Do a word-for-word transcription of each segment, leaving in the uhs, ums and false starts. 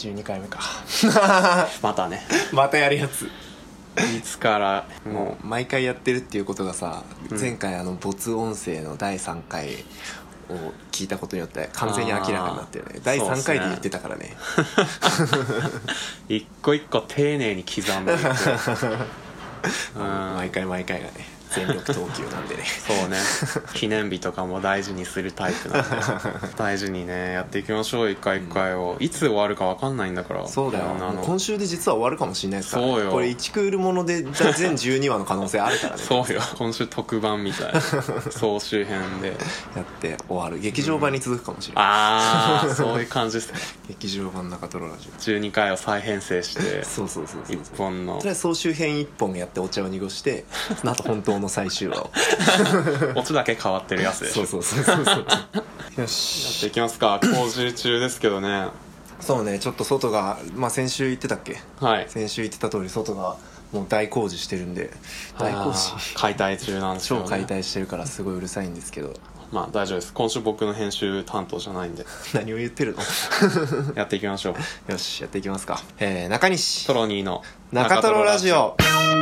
じゅうにかいめかまたねまたやるやついつからもう毎回やってるっていうことがさ、 うん、 前回あの没音声のだいさんかいを聞いたことによって完全に明らかになってるね。だいさんかいで言ってたからね一個一個丁寧に刻んでいく毎回毎回がね全力投球なんでねそうね記念日とかも大事にするタイプなんで大事にねやっていきましょう。一回一回を、うん、いつ終わるか分かんないんだから。 そうだよ、もう今週で実は終わるかもしれないですから、ね、 そうよ、 これいちクールもので全じゅうにわの可能性あるからねそうよ、今週特番みたいな総集編でやって終わる。劇場版に続くかもしれない、 うん、ああそういう感じですね劇場版中トロラジオじゅうにかいを再編成してそうそうそうそういっぽんのとりあえず総集編いっぽんやってお茶を濁してその後本当の最終話をオチだけ変わってるやつでしょ。 そうそうそうそうそうよしやってしいきますか。工事中ですけどねそうね、ちょっと外が、まあ先週言ってたっけ、 はい、 先週言ってた通り外がもう大工事してるんで、大工事解体中なんですよね。 超解体してるからすごいうるさいんですけど、 まあ大丈夫です。今週僕の編集担当じゃないんで何を言ってるのやっていきましょう。 よしやっていきますか。えー、中西トロニーの中トロラジオ。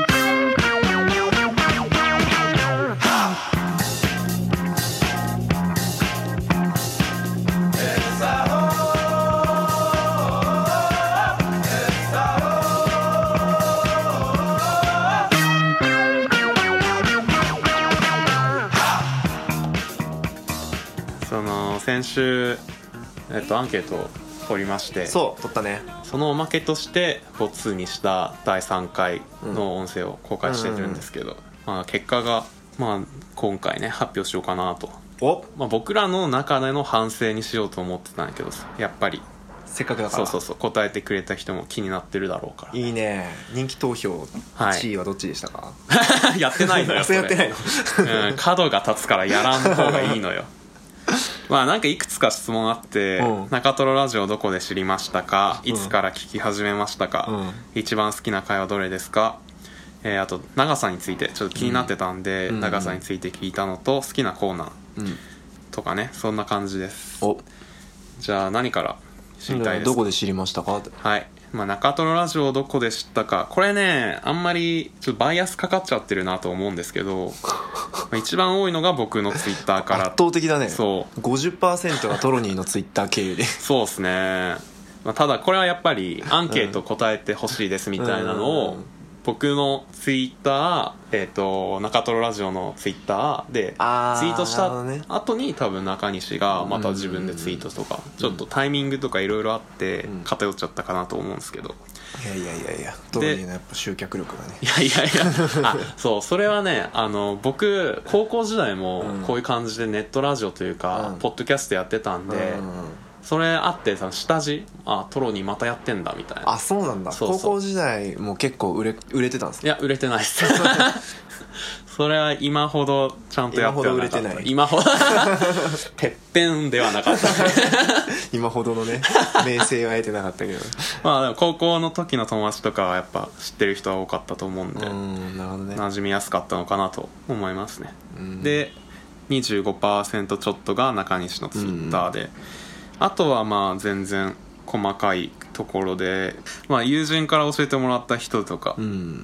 その先週、えっと、アンケートを取りまして、 そう取ったね。 そのおまけとしてボツにしただいさんかいの音声を公開してるんですけど、うんうんうん、まあ、結果が、まあ、今回ね発表しようかなと。 お、 まあ、僕らの中での反省にしようと思ってたんだけど、やっぱりせっかくだからそうそうそう答えてくれた人も気になってるだろうから。 いいね。人気投票いちいはどっちでしたか？ はい、やってないのよそれ。 やってないのうん、角が立つからやらん方がいいのよまあなんかいくつか質問あって、うん、中トロラジオどこで知りましたか、いつから聞き始めましたか、うん、一番好きな回はどれですか、えー、あと長さについてちょっと気になってたんで、うん、長さについて聞いたのと好きなコーナーとかね、そんな感じです。 お、 じゃあ何から知りたいですか？ どこで知りましたか？ はい、まあ、中トロラジオどこで知ったか、これねあんまりちょっとバイアスかかっちゃってるなと思うんですけど一番多いのが僕のツイッターから。 圧倒的だね。 そうごじゅっパーセント がトロニーのツイッター経由でそうですね、まあ、ただこれはやっぱりアンケート答えてほしいですみたいなのを、うん、僕のツイッター、えーと、中トロラジオのツイッターでツイートした後に多分中西がまた自分でツイートとか、ちょっとタイミングとかいろいろあって偏っちゃったかなと思うんですけど、 いやいやいやいや、トロニーのやっぱ集客力がね。 いやいやいやあ、そうそれはね、あの僕高校時代もこういう感じでネットラジオというか、うん、ポッドキャストやってたんで、うん、それあってさ、下地、あ、トロニーまたやってんだみたいな。 あ、そうなんだ。そうそう、高校時代も結構売れ売れてたんですか？ いや売れてないっすそれは今ほどちゃんとやってはなかった。今ほど売れてない。今ほどてっぺんではなかった今ほどのね名声は得てなかったけどまあでも高校の時の友達とかはやっぱ知ってる人は多かったと思うんで、 うん、なるほどね、 馴染みやすかったのかなと思いますね。で にじゅうごパーセント ちょっとが中西のツイッターで、あとはまあ全然細かいところで、まあ、友人から教えてもらった人とか、うん、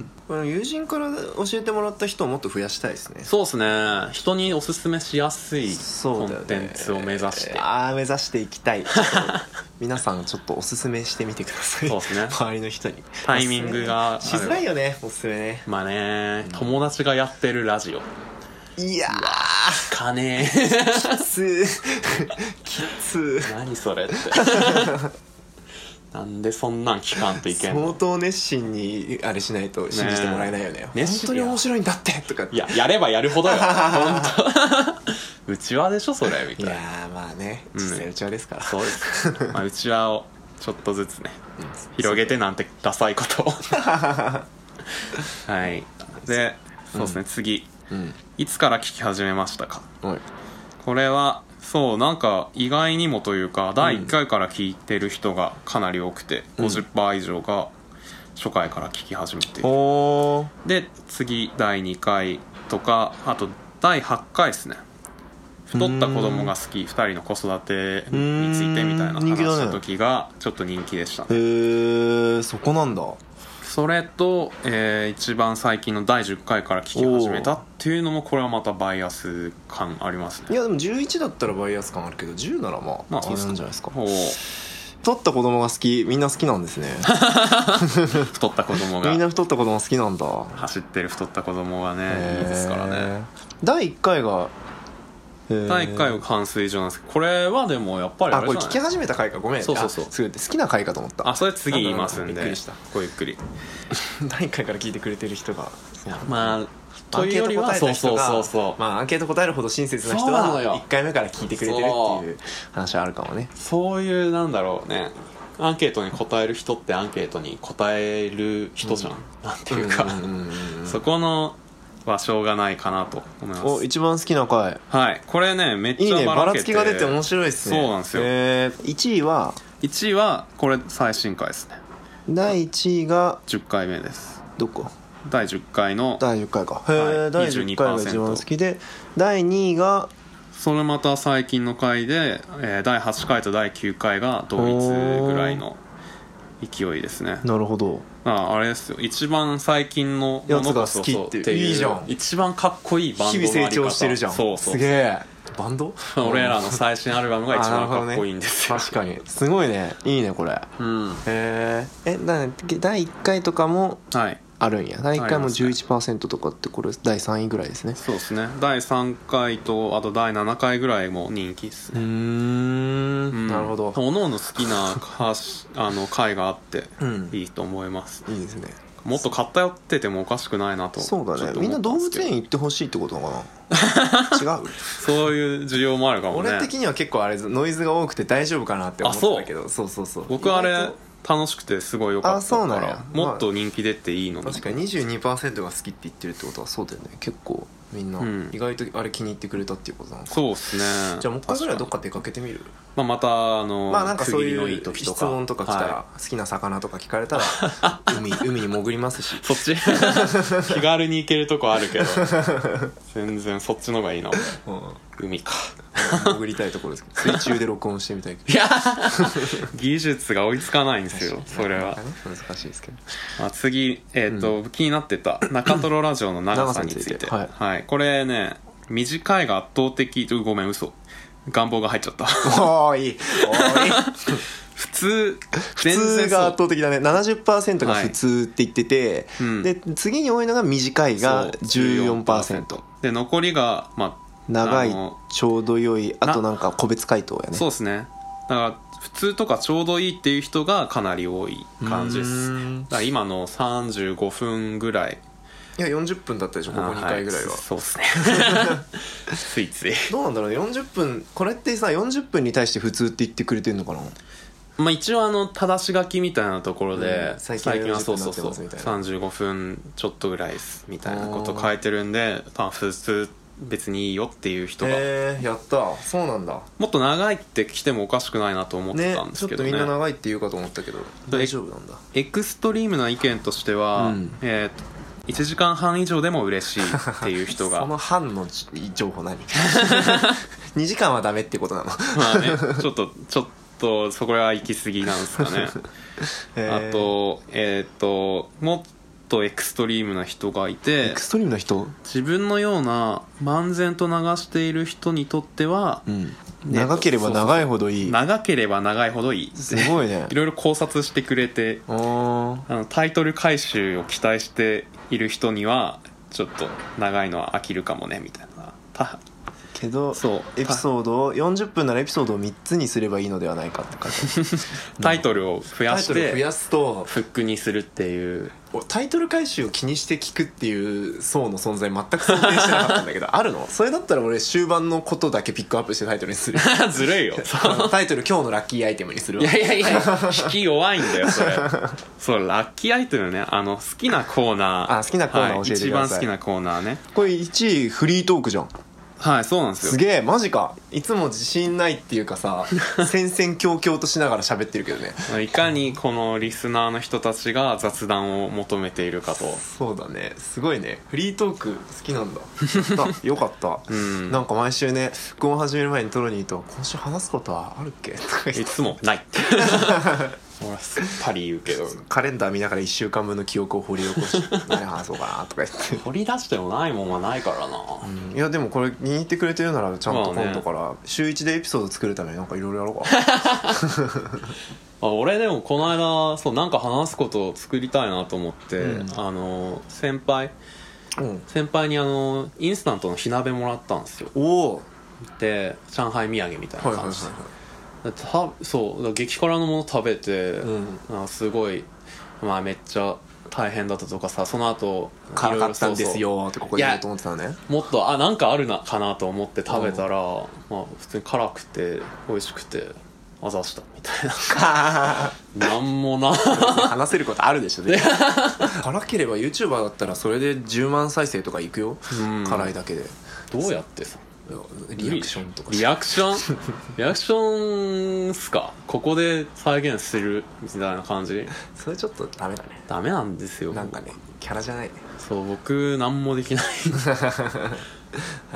この友人から教えてもらった人をもっと増やしたいですね。 そうですね、人におすすめしやすいコンテンツを目指して、 ね、ああ目指していきたい皆さんちょっとおすすめしてみてください。 そうですね、 周りの人にタイミングがしづらいよね、おすすめね。 まあね、うん、友達がやってるラジオ、 いやーかねきつきつ何それってなんでそんなん聞かんといけんの。 相当熱心にあれしないと信じてもらえないよね。本当に面白いんだってとか、 いややればやるほどよ本当うちわでしょそれみたいな。いやまあね、実際うちわですから、うん、 そうです、まあ、うちわをちょっとずつね、うん、広げてなんてダサいことをはいで、そうですね、うん、次、うん、いつから聞き始めましたか。これはそうなんか意外にもというかだいいっかいから聞いてる人がかなり多くて、うん、ごじゅっパーセント 以上が初回から聞き始めている、うん、で次だいにかいとかあとだいはちかいですね太った子供が好きふたりの子育てについてみたいな話した時がちょっと人気でしたね。 へえ、そこなんだ。 それと、えー、一番最近のだいじゅっかいから聞き始めたっていうのもこれはまたバイアス感ありますね。 いやでもじゅういちだったらバイアス感あるけどじゅうならまあ、まあ、あれなんじゃないですか。太った子供が好き、みんな好きなんですね。 太った子供がみんな太った子供好きなんだ。 走ってる太った子供がねいいですからね。 だいいっかいがだいいっかいは冠水場なんですけど、これはでもやっぱりあれじゃない、 あ、これ聞き始めた回か、ごめん。 そうそうそう、 すごい好きな回かと思った。 あ、それ次言いますんで、 びっくりした。 ごゆっくり。 だいいっかいから聞いてくれてる人が、 まあというよりはそうそうそうそう、 まあアンケート答えるほど親切な人はいっかいめから聞いてくれてるっていう話はあるかもね。 そういうなんだろうね、アンケートに答える人ってアンケートに答える人じゃん、うん、なんていうか、そこのはしょうがないかなと思います。 お、一番好きな回。 はい、これねめっちゃばらけていいね、 ばらつきが出て面白いっすね。 そうなんですよ。 えー、いちいはいちいはこれ最新回ですね。 だいいちいがじゅっかいめです。 どこ？ だいじゅっかいのだいじゅっかいか。へえ、はい、だいじゅっかいが一番好きで、だいにいがそれまた最近の回で、えー、だいはちかいとだいきゅうかいが同率ぐらいの勢いですね。 なるほど。 ああれですよ、一番最近のやつが好きっていう、いいじゃん。 一番かっこいいバンドのあり方。 日々成長してるじゃん。 そうそう、 すげえ。バンド俺らの最新アルバムが一番かっこいいんですよ。 確かにすごいね、いいねこれ。うん、へえ。え、だだいいっかいとかもあるんや。だいいっかいも じゅういちパーセント とかって、これだいさんいぐらいですね。 そうですね。だいさんかいとあとだいななかいぐらいも人気ですね。うーん、うん、なるほど。おのおの好きなあの回があっていいと思います、 うん、いいですね。 もっと偏っててもおかしくないなと。 そうだね、みんな動物園行ってほしいってことなのかな。違うそういう需要もあるかもね。 俺的には結構あれノイズが多くて大丈夫かなって思ってたけど。そうそうそう、 僕あれ楽しくてすごい良かったから、もっと人気出ていいのに。 確かに にじゅうにパーセント が好きって言ってるってことはそうだよね。結構みんな意外とあれ気に入ってくれたっていうことなのか、うん、 そうっすね。 じゃあもう一回ぐらいどっか出かけてみる。 まあ、またあの、 まあ、なんかそういう質問とか来たら、はい、好きな魚とか聞かれたら海, 海に潜りますし。 そっち気軽に行けるとこあるけど全然そっちの方がいいな、うん、海か潜りたいところですけど、水中で録音してみたいけど。 いや技術が追いつかないんですよそれは。 難しいですけど、 まあ、次、えーとうん、気になってた中トロラジオの長さについてはい、はい、これね短いが圧倒的。ごめん嘘願望が入っちゃったおーいいおーい普通普通が圧倒的だね。 ななじゅっパーセント が普通って言ってて、はい、うん、で次に多いのが短いが じゅうよんパーセントで残りが、まあ、 長いちょうど良い、あとなんか個別回答やね。 そうですね。だから普通とかちょうどいいっていう人がかなり多い感じです。だから今のさんじゅうごふんぐらい、 いやよんじゅっぷんだったでしょここにかいぐらいは、はい、 そうですねついついどうなんだろうね。よんじゅっぷん、これってさよんじゅっぷんに対して普通って言ってくれてんのかな。 まあ一応あの正し書きみたいなところで、うん、最近はそうそうそうさんじゅうごふんちょっとぐらいですみたいなこと書いてるんで、多分普通別にいいよっていう人が。 へえ、やった。そうなんだ。 もっと長いって来てもおかしくないなと思ってたんですけど ね, ねちょっとみんな長いって言うかと思ったけど大丈夫なんだ。 エクストリームな意見としては、うん、えーといちじかんはん以上でも嬉しいっていう人がその半の情報何にじかんはダメってことなのまあね、ちょっとちょっとそこは行き過ぎなんですかねあとえっ、ー、ともっとエクストリームな人がいて、 エクストリームな人、 自分のような漫然と流している人にとっては、うん、 長ければ長いほどいい。 そうそうそう、長ければ長いほどいい。 すごいね。 いろいろ考察してくれて、あのタイトル回収を期待している人にはちょっと長いのは飽きるかもねみたいな。たけどエピソードをよんじゅっぷんならエピソードをみっつにすればいいのではないかって感じタイトルを増やして増やすとフックにするっていう。 タイトル回収を気にして聞くっていう層の存在全く想定してなかったんだけどあるの？それだったら俺終盤のことだけピックアップしてタイトルにするずるいよタイトル今日のラッキーアイテムにするわ。 いやいやいや引き弱いんだよそれそうラッキーアイテムね、あの好きなコーナー。 あ、好きなコーナー教えてください、 はい、一番好きなコーナーね。 これいちいフリートークじゃん。 はい、そうなんですよ。 すげえ、マジか。いつも自信ないっていうかさ戦々恐々としながら喋ってるけどねいかにこのリスナーの人たちが雑談を求めているかと。 そうだね、すごいね。フリートーク好きなんだよかった、 うん、 なんか毎週ね、録音始める前にトロニーと今週話すことはあるっけとか言っていつもないって俺はすっぱり言うけどカレンダー見ながらいっしゅうかんぶんの記憶を掘り起こして何話そうかなとか言って掘り出してもないもんはないからな、 うん、いやでもこれ気に入ってくれてるならちゃんと今度から週いちでエピソード作るためになんかいろいろやろうかあ俺でもこの間そうなんか話すことを作りたいなと思って、うん、あの先輩、うん、先輩にあのインスタントの火鍋もらったんですよ。 おで上海土産みたいな感じで、はいはいはいはい、たそう激辛のもの食べて、うん、すごい、まあ、めっちゃ大変だったとかさ、その後辛かったんですよってここで言おうと思ってたのね。 もっとあなんかあるなかなと思って食べたら、まあ、普通に辛くて美味しくてあざしたみたいななんもな話せることあるでしょね辛ければ YouTuber だったらそれでじゅうまん再生とかいくよ、うん、辛いだけで。 どうやってさリアクションとかリアクションリアクションっすか、ここで再現するみたいな感じ。 それちょっとダメだね。 ダメなんですよ、 なんかねキャラじゃないね。 そう僕何もできないはい、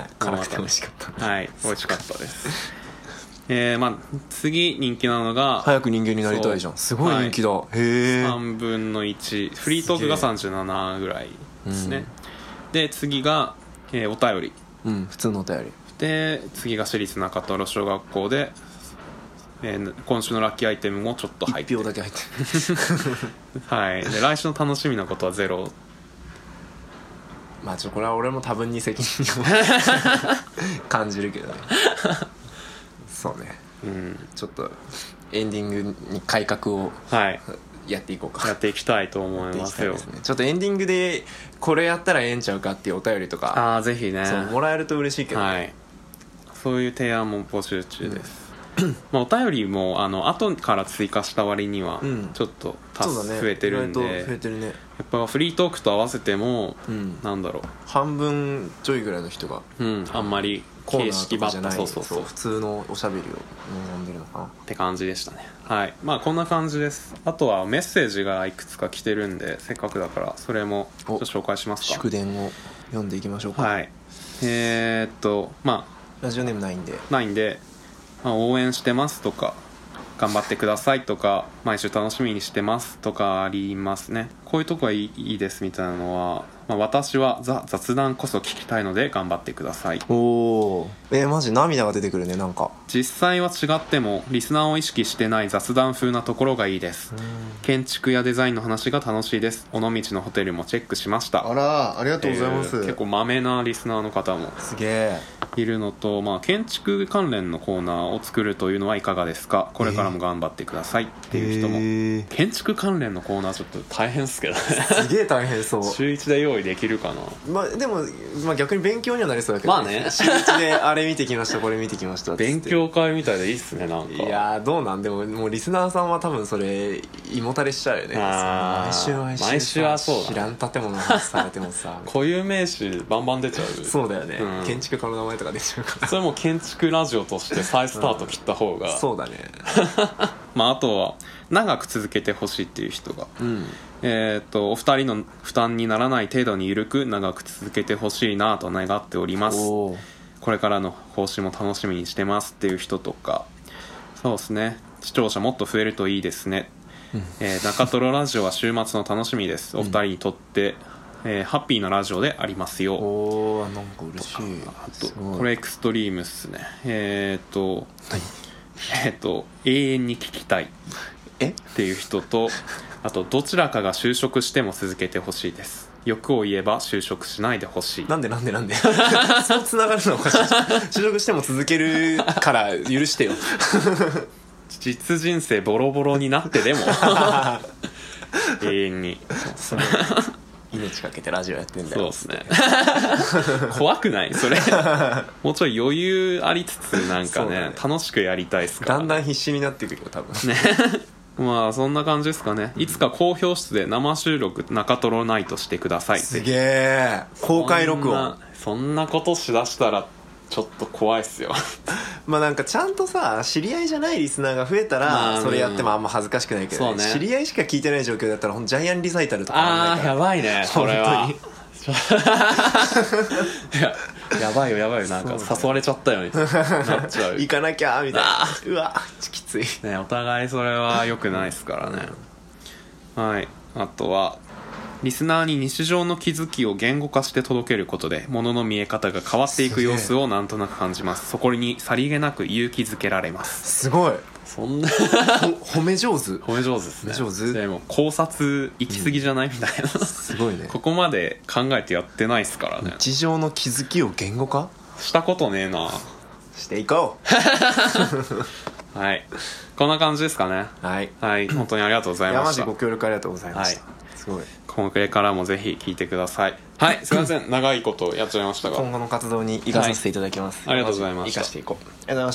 辛くて美味しかった、 はい美味しかったですえー、まあ次人気なのが早く人間になりたいじゃん。すごい人気だ、はい、へえ。 さんぶんのいちフリートークがさんじゅうななぐらいですね、うん、で次が、えー、お便り、 うん、普通のお便りで次が私立中トロ小学校で、えー、今週のラッキーアイテムもちょっと入っていち票だけ入ってるはいで来週の楽しみなことはゼロ。 まあちょこれは俺も多分に責任を感じるけどねそうね、うん、ちょっとエンディングに改革をやっていこうか、 はい、やっていきたいと思いますよ。 ですね、ちょっとエンディングでこれやったらええんちゃうかっていうお便りとかあぜひねそうもらえると嬉しいけど、ね、はい、 そういう提案も募集中です、うん、まあお便りもあの後から追加した割にはちょっと多数増えてるんで、うんね、増えてるね。やっぱフリートークと合わせても、うん、なんだろう半分ちょいぐらいの人が、 うん、あんまり形式ばったそうそうそう普通のおしゃべりを望んでるのかなって感じでしたね。はいまあこんな感じです。あとはメッセージがいくつか来てるんでせっかくだからそれもちょっと紹介しますか。 祝電を読んでいきましょうか。 はいえー、っとまあラジオネームないんでないんで、まあ、応援してますとか頑張ってくださいとか毎週楽しみにしてますとかありますね。こういうとこはいい、いいですみたいなのは、まあ、私はザ雑談こそ聞きたいので頑張ってください。 おおえー、マジ涙が出てくるね。なんか実際は違ってもリスナーを意識してない雑談風なところがいいです。建築やデザインの話が楽しいです。尾道のホテルもチェックしました。 あらありがとうございます。 結構マメなリスナーの方もすげえいるのと、まあ、建築関連のコーナーを作るというのはいかがですか。これからも頑張ってくださいっていう人も、えー、建築関連のコーナーちょっと大変ですけどねすげえ大変そう週いちで用意できるかな。 まあでも、まあ、逆に勉強にはなりそうだけど、 まあね週いちであれ見てきましたこれ見てきましたって勉強会みたいでいいっすね。なんかいやどうなんでももうリスナーさんは多分それ胃もたれしちゃうよね。毎週毎週毎週はそうだ、ね、 知らん建物の話されてもさ固有名詞バンバン出ちゃうそうだよね、うん、建築家の名前とか出ちゃうからそれも建築ラジオとして再スタート切った方が、 うん、そうだねまああとは長く続けてほしいっていう人が、うんえー、とお二人の負担にならない程度に緩く長く続けてほしいなと願っております。これからの方針も楽しみにしてますっていう人とか、そうですね視聴者もっと増えるといいですね、うんえー、中トロラジオは週末の楽しみです。お二人にとって、うんえー、ハッピーなラジオでありますよ。 おーなんか嬉しい。 あとこれエクストリームっすね。えっ、ー、と、はいえー、と永遠に聞きたいっていう人とあとどちらかが就職しても続けてほしいです。欲を言えば就職しないでほしい。 なんでなんでなんでそうつながるのおかしい就職しても続けるから許してよ実人生ボロボロになってでも永遠にそれ命かけてラジオやってんだよ。 そうですね怖くないそれもうちょい余裕ありつつなんか ね, ね楽しくやりたいっすから、 だんだん必死になってくるよ多分ねまあそんな感じですかね。いつか公表室で生収録中トロナイトしてください。 すげえ公開録音。 そんなことしだしたらちょっと怖いっすよまあなんかちゃんとさ知り合いじゃないリスナーが増えたらそれやってもあんま恥ずかしくないけど、ね、ね、知り合いしか聞いてない状況だったらほんとジャイアンリサイタルとかあんないから、 あーやばいねそれはいややばいよやばいよなんか誘われちゃったよみたいななっちゃう行かなきゃみたいなうわきついね、お互いそれは良くないですからね、うん、はい。あとはリスナーに日常の気づきを言語化して届けることで物の見え方が変わっていく様子をなんとなく感じます。そこにさりげなく勇気づけられます。 すごいそんな褒め上手褒め上手ですね。 褒め上手でも考察行き過ぎじゃない、うん、みたいなすごいね。 ここまで考えてやってないですからね。 日常の気づきを言語化したことねえな。 していこうはいこんな感じですかね。 はいはい本当にありがとうございました。 マジご協力ありがとうございました、はい、すごい。 これからもぜひ聞いてください。はいすいません長いことやっちゃいましたが今後の活動に生かさせていただきます、 はい、ありがとうございました。 生かしていこう。ありがとうございました。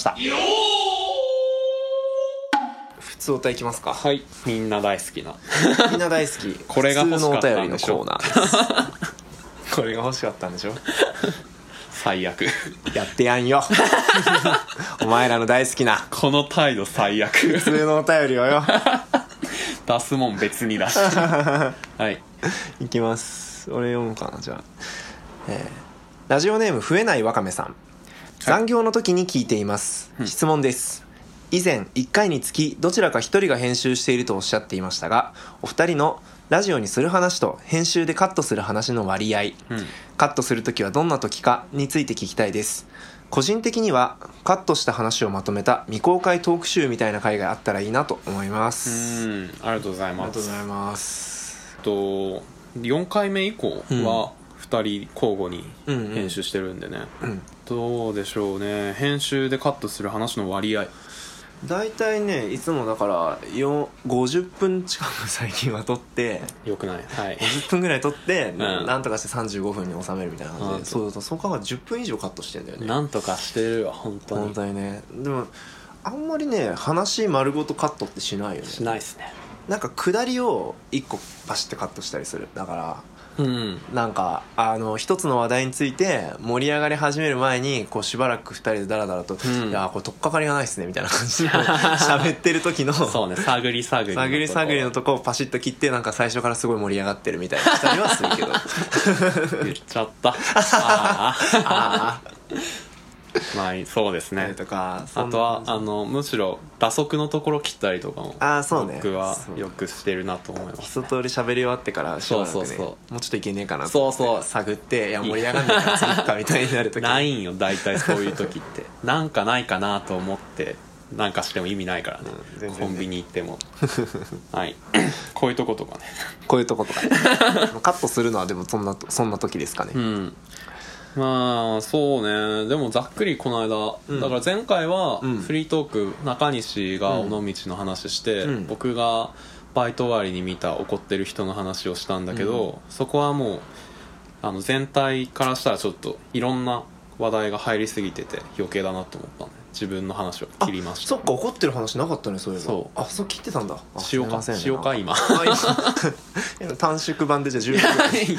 普通歌いきますか。 はいみんな大好きなみんな大好きこれが欲しかったんでしょ。 普通のお便りのコーナーですこれが欲しかったんでしょ最悪やってやんよお前らの大好きなこの態度最悪普通のお便りをよ出すもん別にだしはいいきます。俺読むかなじゃあ、えー、ラジオネーム増えないわかめさん、残業の時に聞いています、はい、質問です。以前いっかいにつきどちらかひとりが編集しているとおっしゃっていましたが、お二人のラジオにする話と編集でカットする話の割合、うん、カットするときはどんな時かについて聞きたいです。個人的にはカットした話をまとめた未公開トーク集みたいな回があったらいいなと思います。 うん、ありがとうございます。 ありがとうございます。 とよんかいめ以降はふたり交互に編集してるんでね、うんうん、どうでしょうね。編集でカットする話の割合だいたいねいつもだからごじゅっぷん近く最近は撮ってよくない、はい、 ごじゅっぷんぐらい撮って、うん、なんとかしてさんじゅうごふんに収めるみたいな感じで、そうそうそう考えるとじゅっぷん以上カットしてんだよね。 なんとかしてるわ本当に本当にね。でもあんまりね話丸ごとカットってしないよね。 しないっすね。 なんか下りをいっこバシッてカットしたりする。だからうん、 なんかあの一つの話題について盛り上がり始める前にこうしばらくふたりでダラダラと、うん、いやこれ取っかかりがないっすねみたいな感じで喋ってる時のそうね探り探り探り探りのとこをパシッと切ってなんか最初からすごい盛り上がってるみたいなしたりはするけど言っちゃったああまあそうですね。 とかあとはあのむしろ打足のところ切ったりとかもあそう、ね、 僕はよくしてるなと思います、 ね、一通り喋り終わってからしばらく、ね、そうそうそうもうちょっといけねえかなとそうそう探っていや盛り上がんないから次かみたいになるときないんよ大体そういう時ってなんかないかなと思ってなんかしても意味ないからね、うん、全然ねコンビニ行ってもはいこういうとことかねこういうとことか、ね、カットするのはでもそんなそんな時ですかね。 うんまあそうね。でもざっくりこの間、うん、だから前回はフリートーク、うん、中西が尾道の話して、うん、僕がバイト終わりに見た怒ってる人の話をしたんだけど、うん、そこはもうあの全体からしたらちょっといろんな話題が入りすぎてて余計だなと思ったね。自分の話を切りました。 そっか怒ってる話なかったねそういえば。そうあそう切ってたんだ。 しようかしようか今短縮版でじゃあじゅうびょう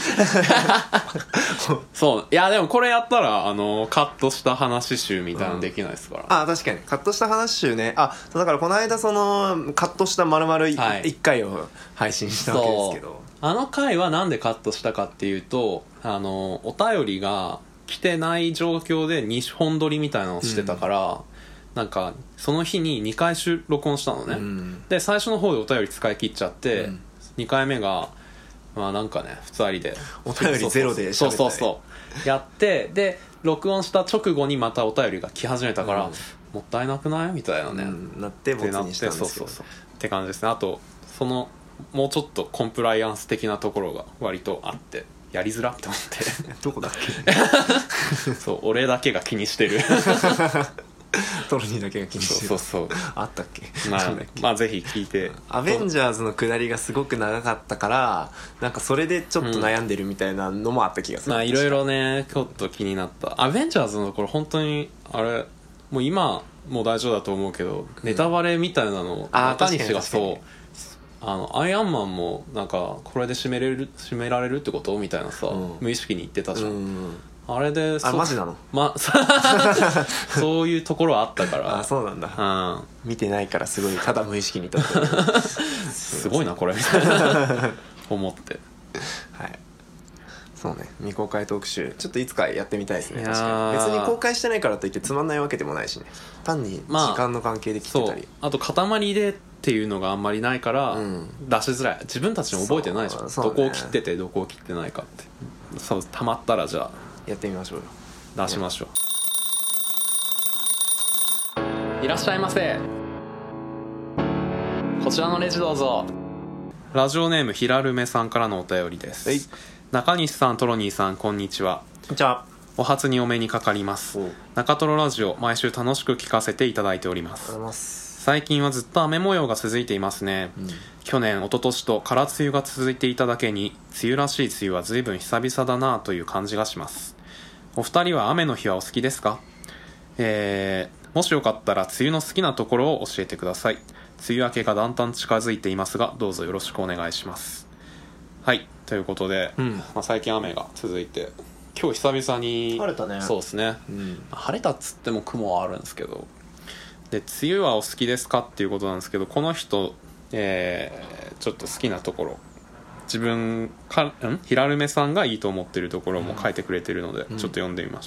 そういやでもこれやったらあのカットした話集みたいなのできないですから、うん、 あ確かにカットした話集ね。あだからこの間そのカットした丸々いっかいを配信したわけですけど、 あの回はなんでカットしたかっていうとあのお便りが来てない状況でにほん撮りみたいなのをしてたから、うん、なんかその日ににかい録音したのね、うん、で最初の方でお便り使い切っちゃって、うん、にかいめがまあなんかねふたりでお便りゼロで喋ったりそうそうそうやってで録音した直後にまたお便りが来始めたから、うん、もったいなくないみたいなね、うん、 なってボツにしたんですけどそうそうそうって感じですね。あとそのもうちょっとコンプライアンス的なところが割とあってやりづらって思ってどこだっけそう俺だけが気にしてるトロニーだけが気にしてるそうそうそうあったっけ、 まあ、まあぜひ聞いてアベンジャーズの下りがすごく長かったからなんかそれでちょっと悩んでるみたいなのもあった気がする、 うん、まあいろいろねちょっと気になったアベンジャーズのところ本当にあれもう今もう大丈夫だと思うけど、うん、ネタバレみたいなの中西がそうあのアイアンマンもなんかこれで締めれる締められるってことみたいなさ、うん、無意識に言ってたじゃん、うん、 あれであマジなのまそういうところはあったからあそうなんだ、 うん、 見てないからすごいただ無意識にとってすごいなこれみたいな思ってはいそうね未公開特集ちょっといつかやってみたいですね。 いやー確かに別に公開してないからといってつまんないわけでもないしね、単に時間の関係で来てたり、 まあ、そうあと塊でっていうのがあんまりないから、うん、出しづらい自分たちも覚えてないじゃん、ね、どこを切っててどこを切ってないかってそうたまったらじゃあやってみましょうよ出しましょう、いらっしゃいませこちらのレジどうぞ。ラジオネームひらるめさんからのお便りです。中西さんトロニーさんこんにちは。 こんにちは。 お初にお目にかかります。中トロラジオ毎週楽しく聞かせていただいております。 ありがとうございます。 最近はずっと雨模様が続いていますね、うん、去年一昨年と空梅雨が続いていただけに梅雨らしい梅雨は随分久々だなという感じがします。お二人は雨の日はお好きですか？えー、もしよかったら梅雨の好きなところを教えてください。梅雨明けがだんだん近づいていますがどうぞよろしくお願いします。はいということで、うんまあ、最近雨が続いて今日久々に晴れたね。 そうですね、うん、晴れたっつっても雲はあるんですけど、で梅雨はお好きですかっていうことなんですけど、この人、えー、ちょっと好きなところ自分かんひらるめさんがいいと思ってるところも書いてくれてるので、うん、ちょっと読んでみます、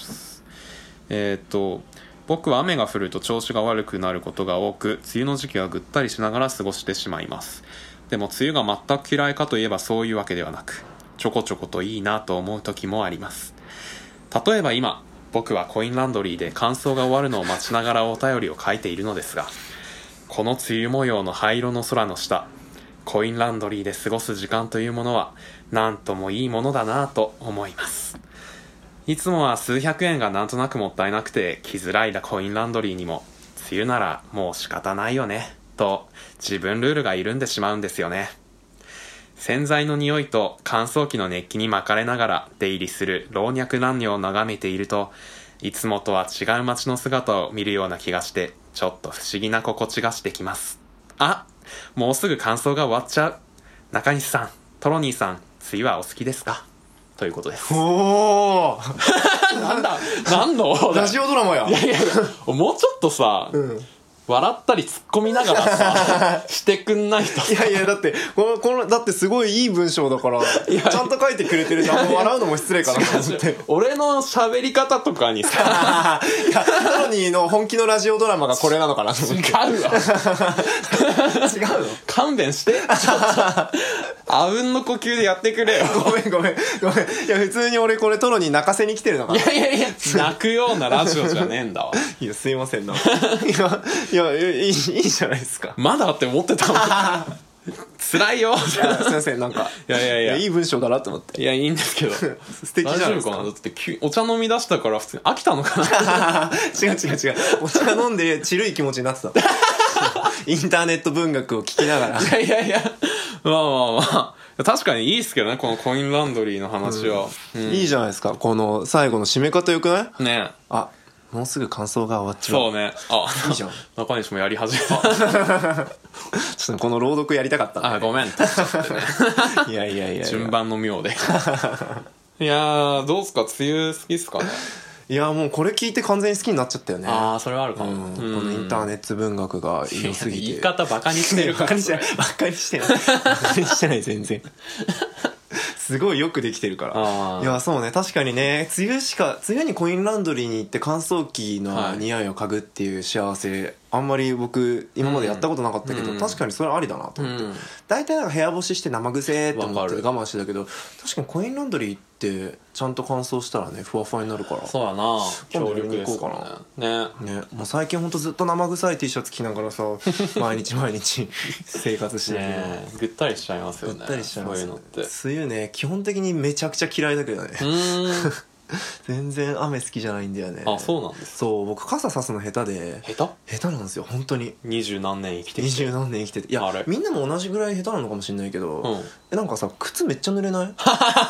うん、えー、っと僕は雨が降ると調子が悪くなることが多く梅雨の時期はぐったりしながら過ごしてしまいます。でも梅雨が全く嫌いかといえばそういうわけではなくちょこちょこといいなと思う時もあります。例えば今僕はコインランドリーで乾燥が終わるのを待ちながらお便りを書いているのですが、この梅雨模様の灰色の空の下コインランドリーで過ごす時間というものはなんともいいものだなと思います。いつもは数百円がなんとなくもったいなくて来づらいコインランドリーにも梅雨ならもう仕方ないよねと自分ルールが緩んでしまうんですよね。洗剤の匂いと乾燥機の熱気に巻かれながら出入りする老若男女を眺めているといつもとは違う街の姿を見るような気がしてちょっと不思議な心地がしてきます。あ、もうすぐ乾燥が終わっちゃう。中西さん、トロニーさん、梅雨はお好きですか？ということです。 おーなんだ何のラジオドラマや。 いやいやいやもうちょっとさ、うん笑ったり突っ込みながらさしてくんないと。 いやいやだってこのこのだってすごいいい文章だからちゃんと書いてくれてるじゃん。もう笑うのも失礼かなと思って俺の喋り方とかにさいやトロニーの本気のラジオドラマがこれなのかなと思って。 違うわ違うの勘弁してあうんの呼吸でやってくれよ。 ごめんごめんごめん。いや普通に俺これトロニー泣かせに来てるのかな。 いやいやいや泣くようなラジオじゃねえんだわ。 いやすいませんないやいやいい、いいじゃないですか。 まだって思ってたもん辛いよ。 すいませんなんかいやいやいやいい文章だなと思って。 いやいいんですけど素敵じゃないですか。 大丈夫かな。だってお茶飲み出したから普通に飽きたのかな違う違う違うお茶飲んでチルい気持ちになってたインターネット文学を聞きながら。 いやいやいやまあまあまあ確かにいいっすけどねこのコインランドリーの話は、 うんうん、いいじゃないですか。この最後の締め方よくないね。 あもうすぐ感想が終わっちゃう。 そうね。あいいじゃん。 中西もやり始めた。 ちょっとこの朗読やりたかったんで、ね、 あごめんっていやいやいやいや順番の妙でいやーどうすか梅雨好きっすかね。 いやもうこれ聞いて完全に好きになっちゃったよね。 ああそれはあるかも、うん、 このインターネット文学が良すぎて。 言い方バカにしてるバカにしてないバカにしてないバカにしてない全然すごいよくできてるから。いやそうね確かにね梅雨しか梅雨にコインランドリーに行って乾燥機の匂いを嗅ぐっていう幸せ、はい、あんまり僕今までやったことなかったけど、うん、確かにそれありだなと思って、うん、大体なんか部屋干しして生癖って思って我慢してたけど確かにコインランドリーってちゃんと乾燥したらねふわふわになるから。 そうやな強力ですからね。ねもう最近ほんとずっと生臭い T シャツ着ながらさ毎日毎日生活してるけどねぐったりしちゃいますよね。 ぐったりしちゃいます。 そういうのって梅雨ね基本的にめちゃくちゃ嫌いだけどね。うーん全然雨好きじゃないんだよね。 あそうなんです。 そう僕傘さすの下手で。 下手下手なんですよ本当に。 二十何年生きてきて二十何年生きてていやあれみんなも同じぐらい下手なのかもしれないけど、うん、えなんかさ靴めっちゃ濡れない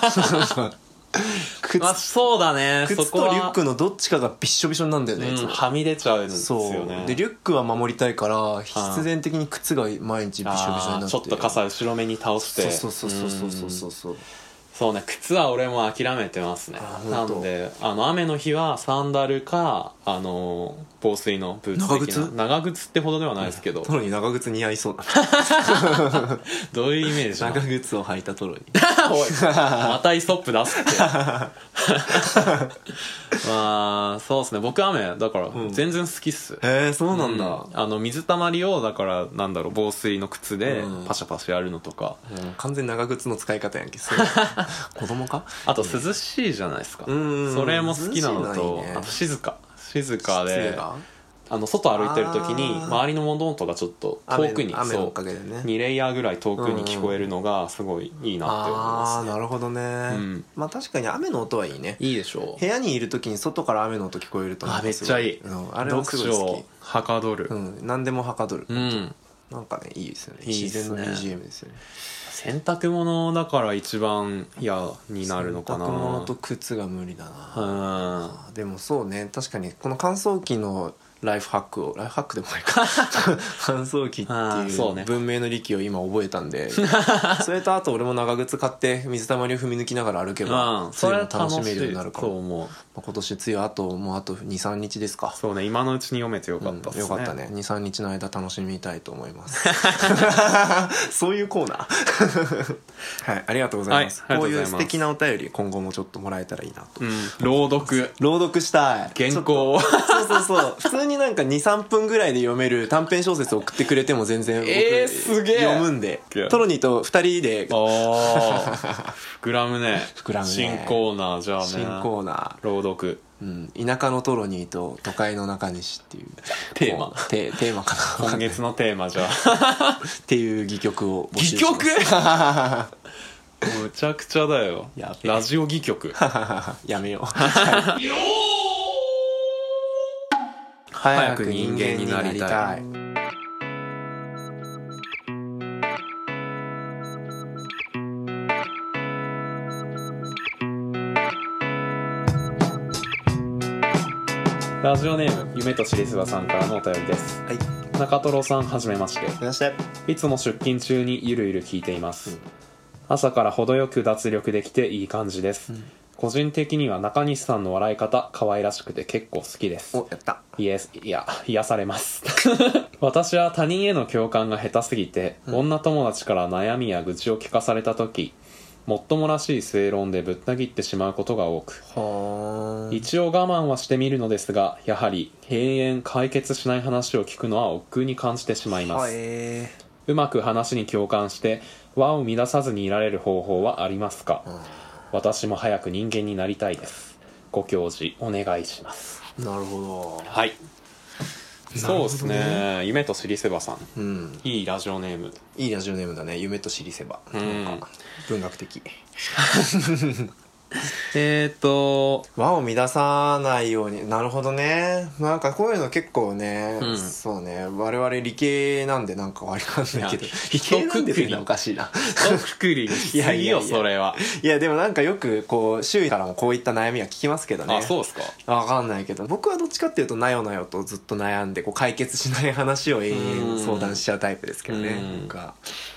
靴、まあ、そうだね。 靴とリュックのどっちかがびっしょびしょになるんだよね、 うん、 いつもはみ出ちゃうんですよね。 そうでリュックは守りたいから必然的に靴が毎日びしょびしょになってちょっと傘後ろ目に倒してそうそうそうそうそうそうそうそうね、靴は俺も諦めてますね。なんであの雨の日はサンダルかあの防水のブーツ的な。長靴長靴ってほどではないですけど、 トロに長靴似合いそうだどういうイメージ長靴を履いたトロにおいまたイソップ出すってまあそうですね、僕雨だから全然好きっす。 へえ、そうなんだ、うん、 あの水たまりをだからなんだろう防水の靴でパシャパシャやるのとか、 うん、完全長靴の使い方やんけそれ子供か。 あと涼しいじゃないですか、うん、それも好きなのと、ね、あと静か静かであの外歩いてる時に周りの物音がちょっと遠くに雨のおかげでねにレイヤーぐらい遠くに聞こえるのがすごいいいなって思います、ね、 ああなるほどね、うん、まあ確かに雨の音はいいね。 いいでしょう。 部屋にいる時に外から雨の音聞こえるとあめっちゃいい、 うん、あれはすごい好き。 読書はかどる、 うん、何でもはかどる、 うん、 なんかねいいですよね。 いいですね、 自然の ビージーエム ですよね。 洗濯物だから一番嫌になるのかな。 洗濯物と靴が無理だな。 うんでもそうね、確かにこの乾燥機のライフハックをライフハックでもないか乾燥機っていう文明の利器を今覚えたんで、それとあと俺も長靴買って水たまりを踏み抜きながら歩けば梅雨も楽しめるようになるかも。まあ、今年梅雨あともうあと にさんにちですか。 そうね、今のうちに読めてよかったっすね、 うん、よかったね。 にさんにちの間楽しみたいと思いますそういうコーナーはいありがとうございます、はい、こういう素敵なお便り今後もちょっともらえたらいいなと、 うん、朗読朗読したい。 原稿をそうそうそう普通になんか にさんぷんぐらいで読める短編小説送ってくれても全然僕、 えー、すげえ読むんで、トロニーとふたりであ膨らむね膨らむね。 新コーナーじゃあね、 新コーナー朗読、 うん、田舎のトロニーと都会の中西っていうテーマテテーマかな今月のテーマじゃっていう戯曲を募集します。 戯曲むちゃくちゃだよ。ラジオ戯曲やめようはい早く人間になりたい。 ラジオネーム夢としりすばさんからのお便りです、はい、中トロさんはじめまして。 はじめまして。 いつも出勤中にゆるゆる聞いています、うん、朝から程よく脱力できていい感じです、うん、個人的には中西さんの笑い方可愛らしくて結構好きです。 おやったイエスいや癒されます私は他人への共感が下手すぎて、うん、女友達から悩みや愚痴を聞かされた時もっともらしい正論でぶった切ってしまうことが多く、一応我慢はしてみるのですがやはり永遠解決しない話を聞くのは億劫に感じてしまいます。うまく話に共感して輪を乱さずにいられる方法はありますか？私も早く人間になりたいです。ご教示お願いします。 なるほど。 はい、そうですね。夢としりせばさん、 うん、 いいラジオネーム。 いいラジオネームだね。夢としりせば、うん、なんか文学的えっと輪を乱さないように。なるほどね。なんかこういうの結構ね、 うん、 そうね我々理系なんでなんかわかんないけど理系なんでおかしいなくくりにしすぎよそれは。 いやでもなんかよくこう周囲からもこういった悩みは聞きますけどね。 あそうですか。 わかんないけど僕はどっちかっていうとなよなよとずっと悩んでこう解決しない話を永遠相談しちゃうタイプですけどね。なんか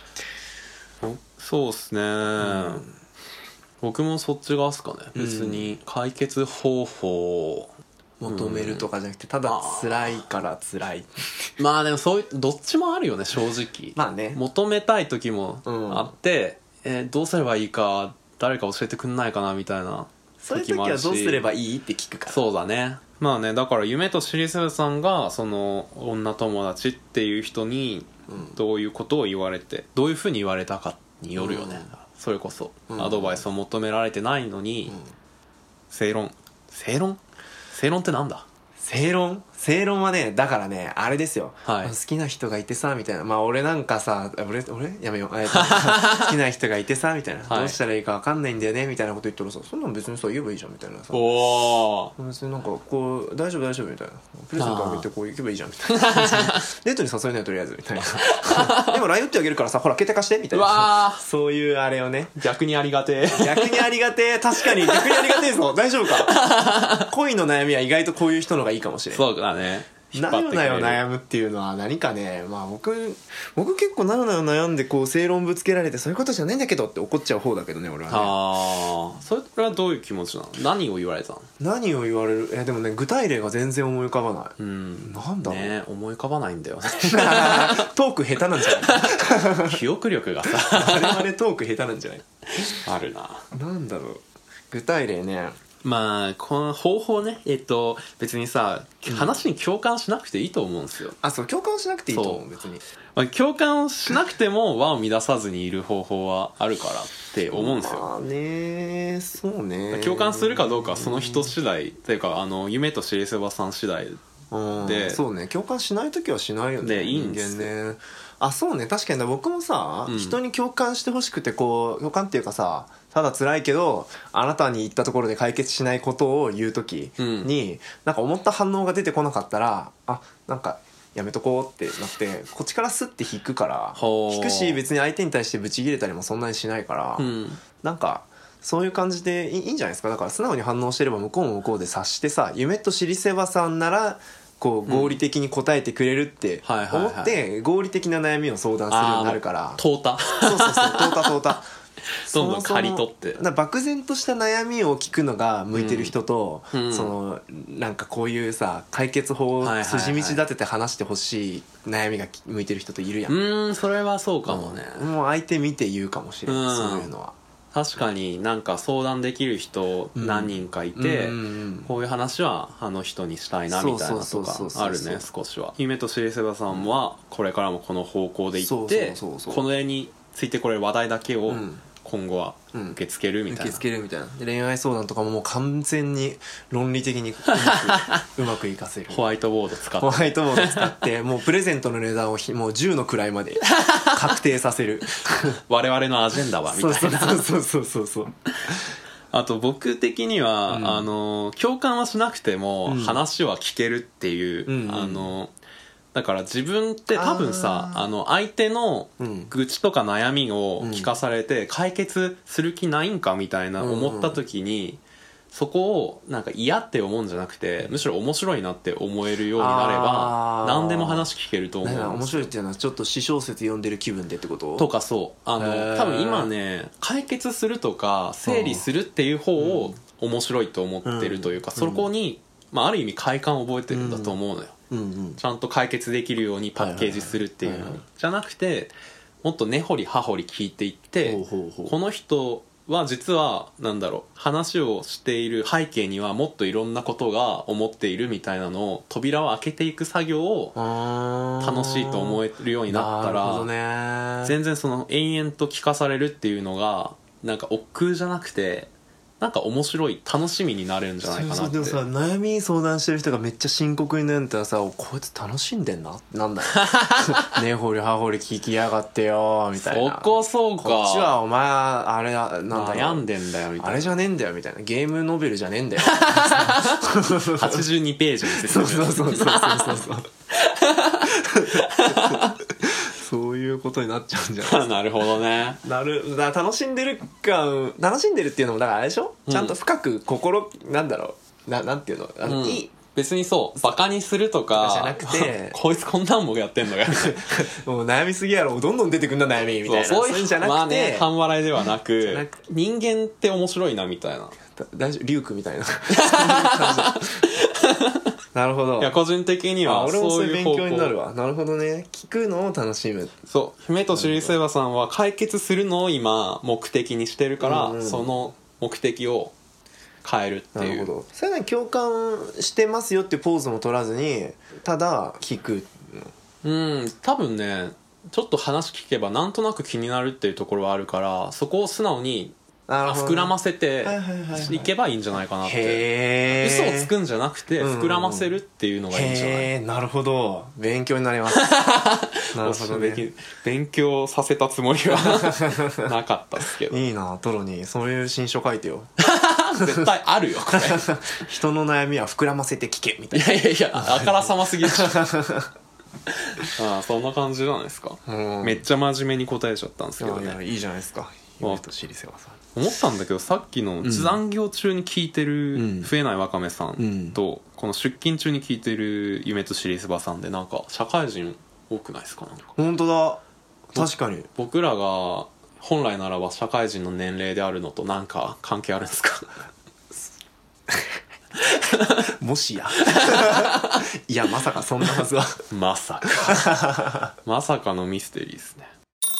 そうっすね、うん僕もそっち側っすかね。別に解決方法を求めるとかじゃなくてただ辛いから辛いまあでもそういうどっちもあるよね正直。 まあね求めたい時もあって、うんえー、どうすればいいか誰か教えてくんないかなみたいなそういう時はどうすればいいって聞くから。 そうだね。まあねだから夢としりすばさんがその女友達っていう人にどういうことを言われてどういうふうに言われたかによるよね、うんそれこそアドバイスを求められてないのに、うん、正論正論正論ってなんだ。 正論正論はねだからねあれですよ、 はい、 好きな人がいてさみたいな。まあ俺なんかさ俺俺やめよう好きな人がいてさみたいな、はい、どうしたらいいか分かんないんだよねみたいなこと言ったらさそんなの別にさ言えばいいじゃんみたいなさ。 おー別になんかこう大丈夫大丈夫みたいなプレゼントあげてこう行けばいいじゃんみたいなデートに誘えないとりあえずみたいなでもライン打ってあげるからさほら携帯貸してみたいなわそういうあれをね逆にありがてえ逆にありがてえ確かに逆にありがてえぞ大丈夫か恋の悩みは意外とこういう人のがいいかもしれん。 そうだね。 引っ張ってくれる。 なよなよ悩むっていうのは何かね、まあ僕僕結構なよなよ悩んでこう正論ぶつけられてそういうことじゃないんだけどって怒っちゃう方だけどね俺はね。 ああ、それはどういう気持ちなの？何を言われたの？ 何を言われる？えでもね具体例が全然思い浮かばない。 うん、 なんだろうね、思い浮かばないんだよねトーク下手なんじゃない？ 記憶力がさ我々トーク下手なんじゃない？ あるな。 なんだろう具体例ね。 まあこの方法ね、えっと別にさ話に共感しなくていいと思うんですよ。 あ、そう共感しなくていいと思う別に。 まあ、共感しなくても輪を乱さずにいる方法はあるからって思うんですよ。 まあね、そうね。 共感するかどうかはその人次第というか、あの夢としりせばさん次第で、 そうね、共感しない時はしないよね。 でいいんですよ人間ね。あ、そうね、確かに僕もさ、うん、人に共感してほしくてこう共感っていうかさ、ただ辛いけどあなたに言ったところで解決しないことを言う時に、うん、なんか思った反応が出てこなかったら、あ、なんかやめとこうってなってこっちからスッて引くから引くし、別に相手に対してブチ切れたりもそんなにしないから、うん、なんかそういう感じでいい、いいんじゃないですか。だから素直に反応してれば向こうも向こうで察してさ、夢としりせばさんならこう合理的に答えてくれるって思って合理的な悩みを相談するようになるから、 淘汰そうそうそう淘汰淘汰どんどん刈り取って、 だ漠然とした悩みを聞くのが向いてる人と、うん、そのなんかこういうさ解決法を筋道立てて話してほしい悩みが向いてる人といるやん。 うん、それはそうかもね、 うん、もう相手見て言うかもしれない、うん、そういうのは。 確かになんか相談できる人何人かいて、こういう話はあの人にしたいなみたいなとかあるね。少しは夢としりせばさんはこれからもこの方向でいって、この絵についてこれ話題だけを今後は受け付けるみたいな、 受け付けるみたいな。で恋愛相談とかももう完全に論理的にうまくうまくいかせる。 ホワイトボード使ってホワイトボード使ってもうプレゼントの値段をもうじゅうの位まで確定させる我々のアジェンダはみたいな。 そうそうそうそうそう。 あと僕的には、うん、あの共感はしなくても話は聞けるっていう、うん、あのだから自分って多分さ、あの相手の愚痴とか悩みを聞かされて解決する気ないんかみたいな思った時に、そこをなんか嫌って思うんじゃなくて、むしろ面白いなって思えるようになれば何でも話聞けると思う。 面白いっていうのはちょっと詩小説読んでる気分でってこと？ とか、そうあの多分今ね解決するとか整理するっていう方を面白いと思ってるというか、そこに、まあ、ある意味快感を覚えてるんだと思うのよ。うんうん、ちゃんと解決できるようにパッケージするっていうのじゃなくて、もっと根掘り葉掘り聞いていって、ほうほうほう、この人は実はなんだろう話をしている背景にはもっといろんなことが思っているみたいなのを扉を開けていく作業を楽しいと思えるようになったら、ね、全然その延々と聞かされるっていうのがなんか億劫じゃなくてなんか面白い楽しみになるんじゃないかなって。 そうそう、でもさ悩み相談してる人がめっちゃ深刻になったらさ、こいつ楽しんでんななんだよ根掘り葉掘り聞きやがってよみたいな。 そこそうか、 こっちはお前あれなんだろう悩んでんだよみたいな、 あれじゃねえんだよみたいな、ゲームノベルじゃねえんだよはちじゅうにページに説明。 そうそうそうそうそうそうそういうことになっちゃうんじゃないですか。 なるほどね。 なるだ楽しんでる感、楽しんでるっていうのもだからあれでしょ、うん、ちゃんと深く心なんだろう な, なんていうのあの、うん、いい別にそうバカにするとかじゃなくてこいつこんなんもやってんのかもう悩みすぎやろどんどん出てくんだ悩みみたいな、 そうそういうんじゃなくて、まあね、半笑いではなくなく人間って面白いなみたいな、 大丈夫リュウクみたいななるほど。 いや個人的にはそういう勉強になるわ。なるほどね。聞くのを楽しむ。 そう姫としりせばさんは解決するのを今目的にしてるから、うんうん、その目的を変えるっていう。 なるほど。それなりに共感してますよっていうポーズも取らずにただ聞く。 うん多分ねちょっと話聞けばなんとなく気になるっていうところはあるから、そこを素直に膨らませていけばいいんじゃないかなって。嘘をつくんじゃなくて膨らませるっていうのがいいんじゃない、うん、 へーなるほど、勉強になりますなるほどね。 勉強させたつもりはなかったですけど。 いいなトロにそういう新書書いてよ絶対あるよこれ人の悩みは膨らませて聞けみたいな。 いやいやいやあからさますぎるああそんな感じじゃないですか、うん、めっちゃ真面目に答えちゃったんですけどね。 いやいやいいじゃないですか。 夢としりせわさん。 思ったんだけど、さっきの残業中に聞いてる増えないわかめさんと、この出勤中に聞いてる夢としりせばさんで、なんか社会人多くないですか？なんか本当だ、確かに。 僕らが本来ならば社会人の年齢であるのとなんか関係あるんですか？ もしやいや、まさかそんなはずはまさかまさかのミステリーですね。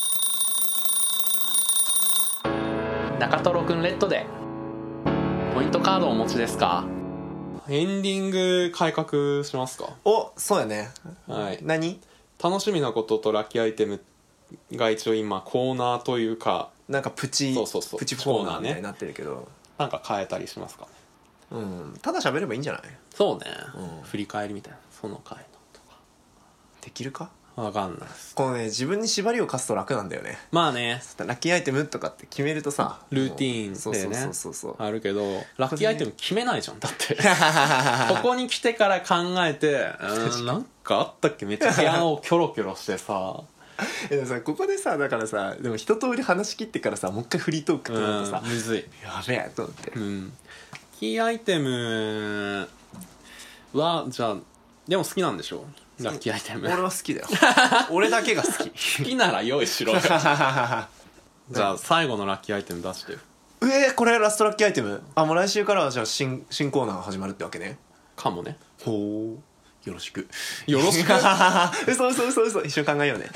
中トロくんレッドでポイントカードをお持ちですか？エンディング改革しますか？ お、そうやね。 はい。 何？ 楽しみなこととラッキーアイテムが一応今コーナーというか、 なんかプチそうそうそうプチコーナーみたいになってるけど、 なんか変えたりしますかね？ うん、ただ喋ればいいんじゃない？ そうね、 うん、 振り返りみたいな、その回のとかできるかわかんないです。 このね、自分に縛りを課すと楽なんだよね。 まあね、 ラッキーアイテムとかって決めるとさ、 ルーティーンでね、 そうそうそうそうあるけど、ラッキーアイテム決めないじゃん、だってここに来てから考えて、うん、なんかあったっけ、めっちゃ部屋をキョロキョロしてさでもさ、ここでさ、だからさ、でも一通り話し切ってからさ、もう一回フリートークってなるとさ、 うん、むずい、 やべえと思って、 うん、キーアイテムはじゃあでも好きなんでしょ、ラッキーアイテム。 俺は好きだよ俺だけが好き好きなら用意しろよじゃあ最後のラッキーアイテム出してよ。 えー、これラストラッキーアイテム。あ、もう来週からはじゃあ新新コーナーが始まるってわけね。 かもね。 ほう、よろしくよろしく嘘嘘嘘嘘、一緒に考えようね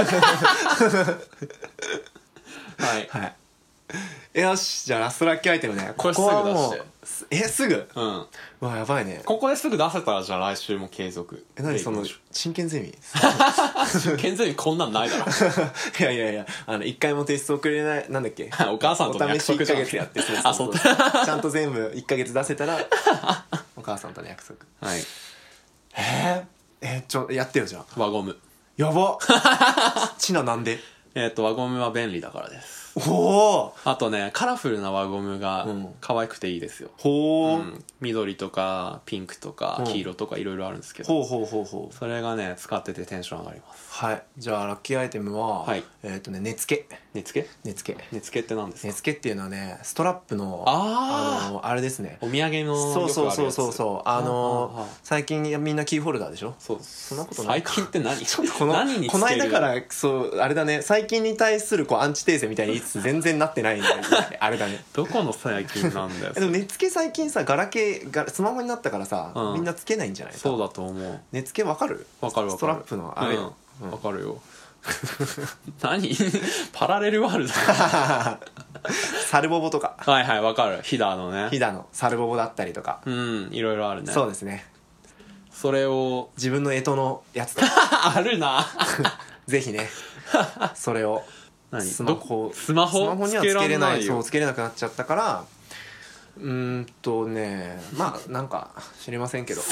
はいはい、よし、じゃあラストラッキーアイテムね。 これすぐ出して。 え、すぐ？ うん。 うわ、やばいね。 ここですぐ出せたら、じゃあ来週も継続。 え、何その真剣ゼミ真剣ゼミこんなんないだろいやいやいや、あの一回も提出遅れない、なんだっけお母さんとの約束じゃん。 お試しいっかげつやって、そうそうそう、ちゃんと全部いっかげつ出せたらお母さんとの約束。 はい。 えー、えー、ちょやってよ、じゃあ。 輪ゴム。 やばちな、なんで？ えっと輪ゴムは便利だからです。 おお。 あとね、カラフルな輪ゴムが可愛くていいですよ。 ほう、 うん、緑とかピンクとか黄色とかいろいろあるんですけど、 ほうほうほうほう、 それがね使っててテンション上がります。 はい。じゃあラッキーアイテムは、 はい、 えっ、ー、とね、根付け。 根付け根付け根付けって何ですか？ 根付けっていうのはね、ストラップのああのあれですね、 お土産のそうそうそうそううそう、あの最近みんなキーホルダーでしょ。 そう、 そんなことない。 最近って何？ ちょっとこの何につける？ この間からそうあれだね、最近に対するこうアンチテーゼみたいに言いつつ全然なってないんだよねあれだね。 どこの最近なんだよでも根付け最近さ、ガラケーがスマホになったからさ、うん、みんなつけないんじゃない？ そうだと思う。 根付けわかる？ わかるわかる。 ストラップのあれ、うんうん、わかるよ何パラレルワールドサルボボとか。 はいはい、わかる。ヒダのね、 ヒダのサルボボだったりとか、 うん、いろいろあるね。 そうですね。 それを自分の干支のやつとかあるなぜひねそれを何スマホスマホスマホにはつけれない、 つけらんないよ。 そうつけれなくなっちゃったから、うーんとね、まあなんか知りませんけど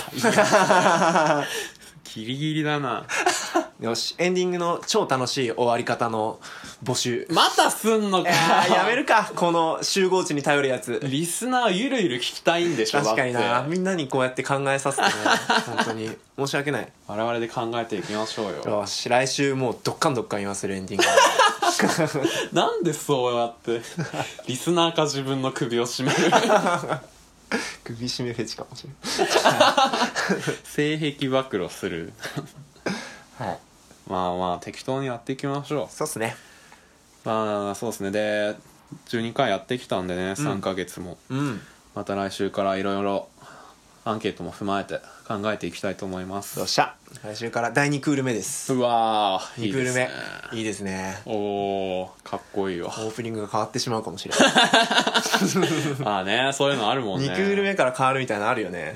ギリギリだなよし、エンディングの超楽しい終わり方の募集。 またすんのか。 やめるか、この集合値に頼るやつ。 リスナーゆるゆる聞きたいんでしょ。 確かにな、 だってみんなにこうやって考えさせてね本当に申し訳ない。 我々で考えていきましょうよ。 よし、来週もうどっかんどっかん言わせるエンディングなんでそうやってリスナーか自分の首を絞める首絞めフェチかもしれない性癖暴露するはい、 まあまあ適当にやっていきましょう。 そうっすね。 まあそうですね。でじゅうにかいやってきたんでね、さんかげつも、 うん、 また来週からいろいろアンケートも踏まえて考えていきたいと思います。 よっしゃ、来週からだいにクール目です。 うわー、いにクール目いですね。 いいですね。 おー、かっこいいわ。 オープニングが変わってしまうかもしれないああね、そういうのあるもんね。 にクール目から変わるみたいなのあるよね。 うん、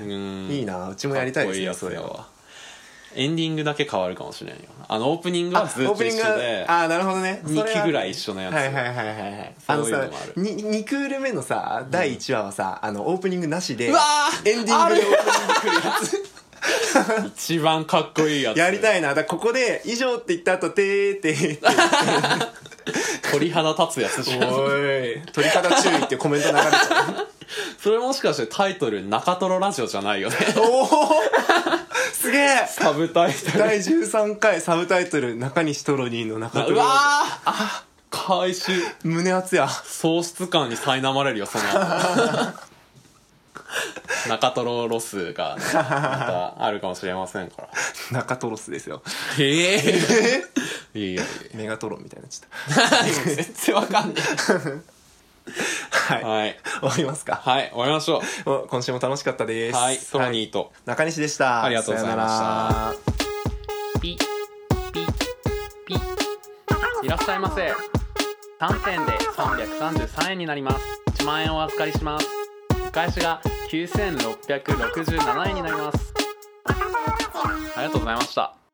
いいな、うちもやりたいですね。 かっこいいやつやわ。エンディングだけ変わるかもしれんよ。あのオープニングはずっと一緒で、 ああ、なるほどね。 にきぐらい一緒のやつ。 はいはいはいはいはい。 あのさ、 ににクール目のさだいいちわはさ、あのオープニングなしでうわエンディングでオープニング来るやつ一番かっこいいやつやりたいな。だからここで以上って言った後てーてーって鳥肌立つやつじゃん。 おい、鳥肌注意ってコメント流れちゃうそれもしかしてタイトル中トロラジオじゃないよね。 おおすげえ。 サブタイトルだいじゅうさんかいサブタイトル中西トロニーの中トロ。 うわー、あ、か開始胸熱や。 喪失感に苛まれるよその後中トロロスが、ね、またあるかもしれませんから中トロスですよ。 へえいやいやメガトロンみたいになっちゃった全然わかんないはい、 はい、 終わりますか。 はい終わりましょう。今週も楽しかったです。 はいトロニーと、はい、 中西でした。 ありがとうございました。ピピピいらっしゃいませ。さんてんでさんびゃくさんじゅうさんえんになります。いちまんえんお預かりします。お返しがきゅうせんろっぴゃくろくじゅうななえんになります。ありがとうございました。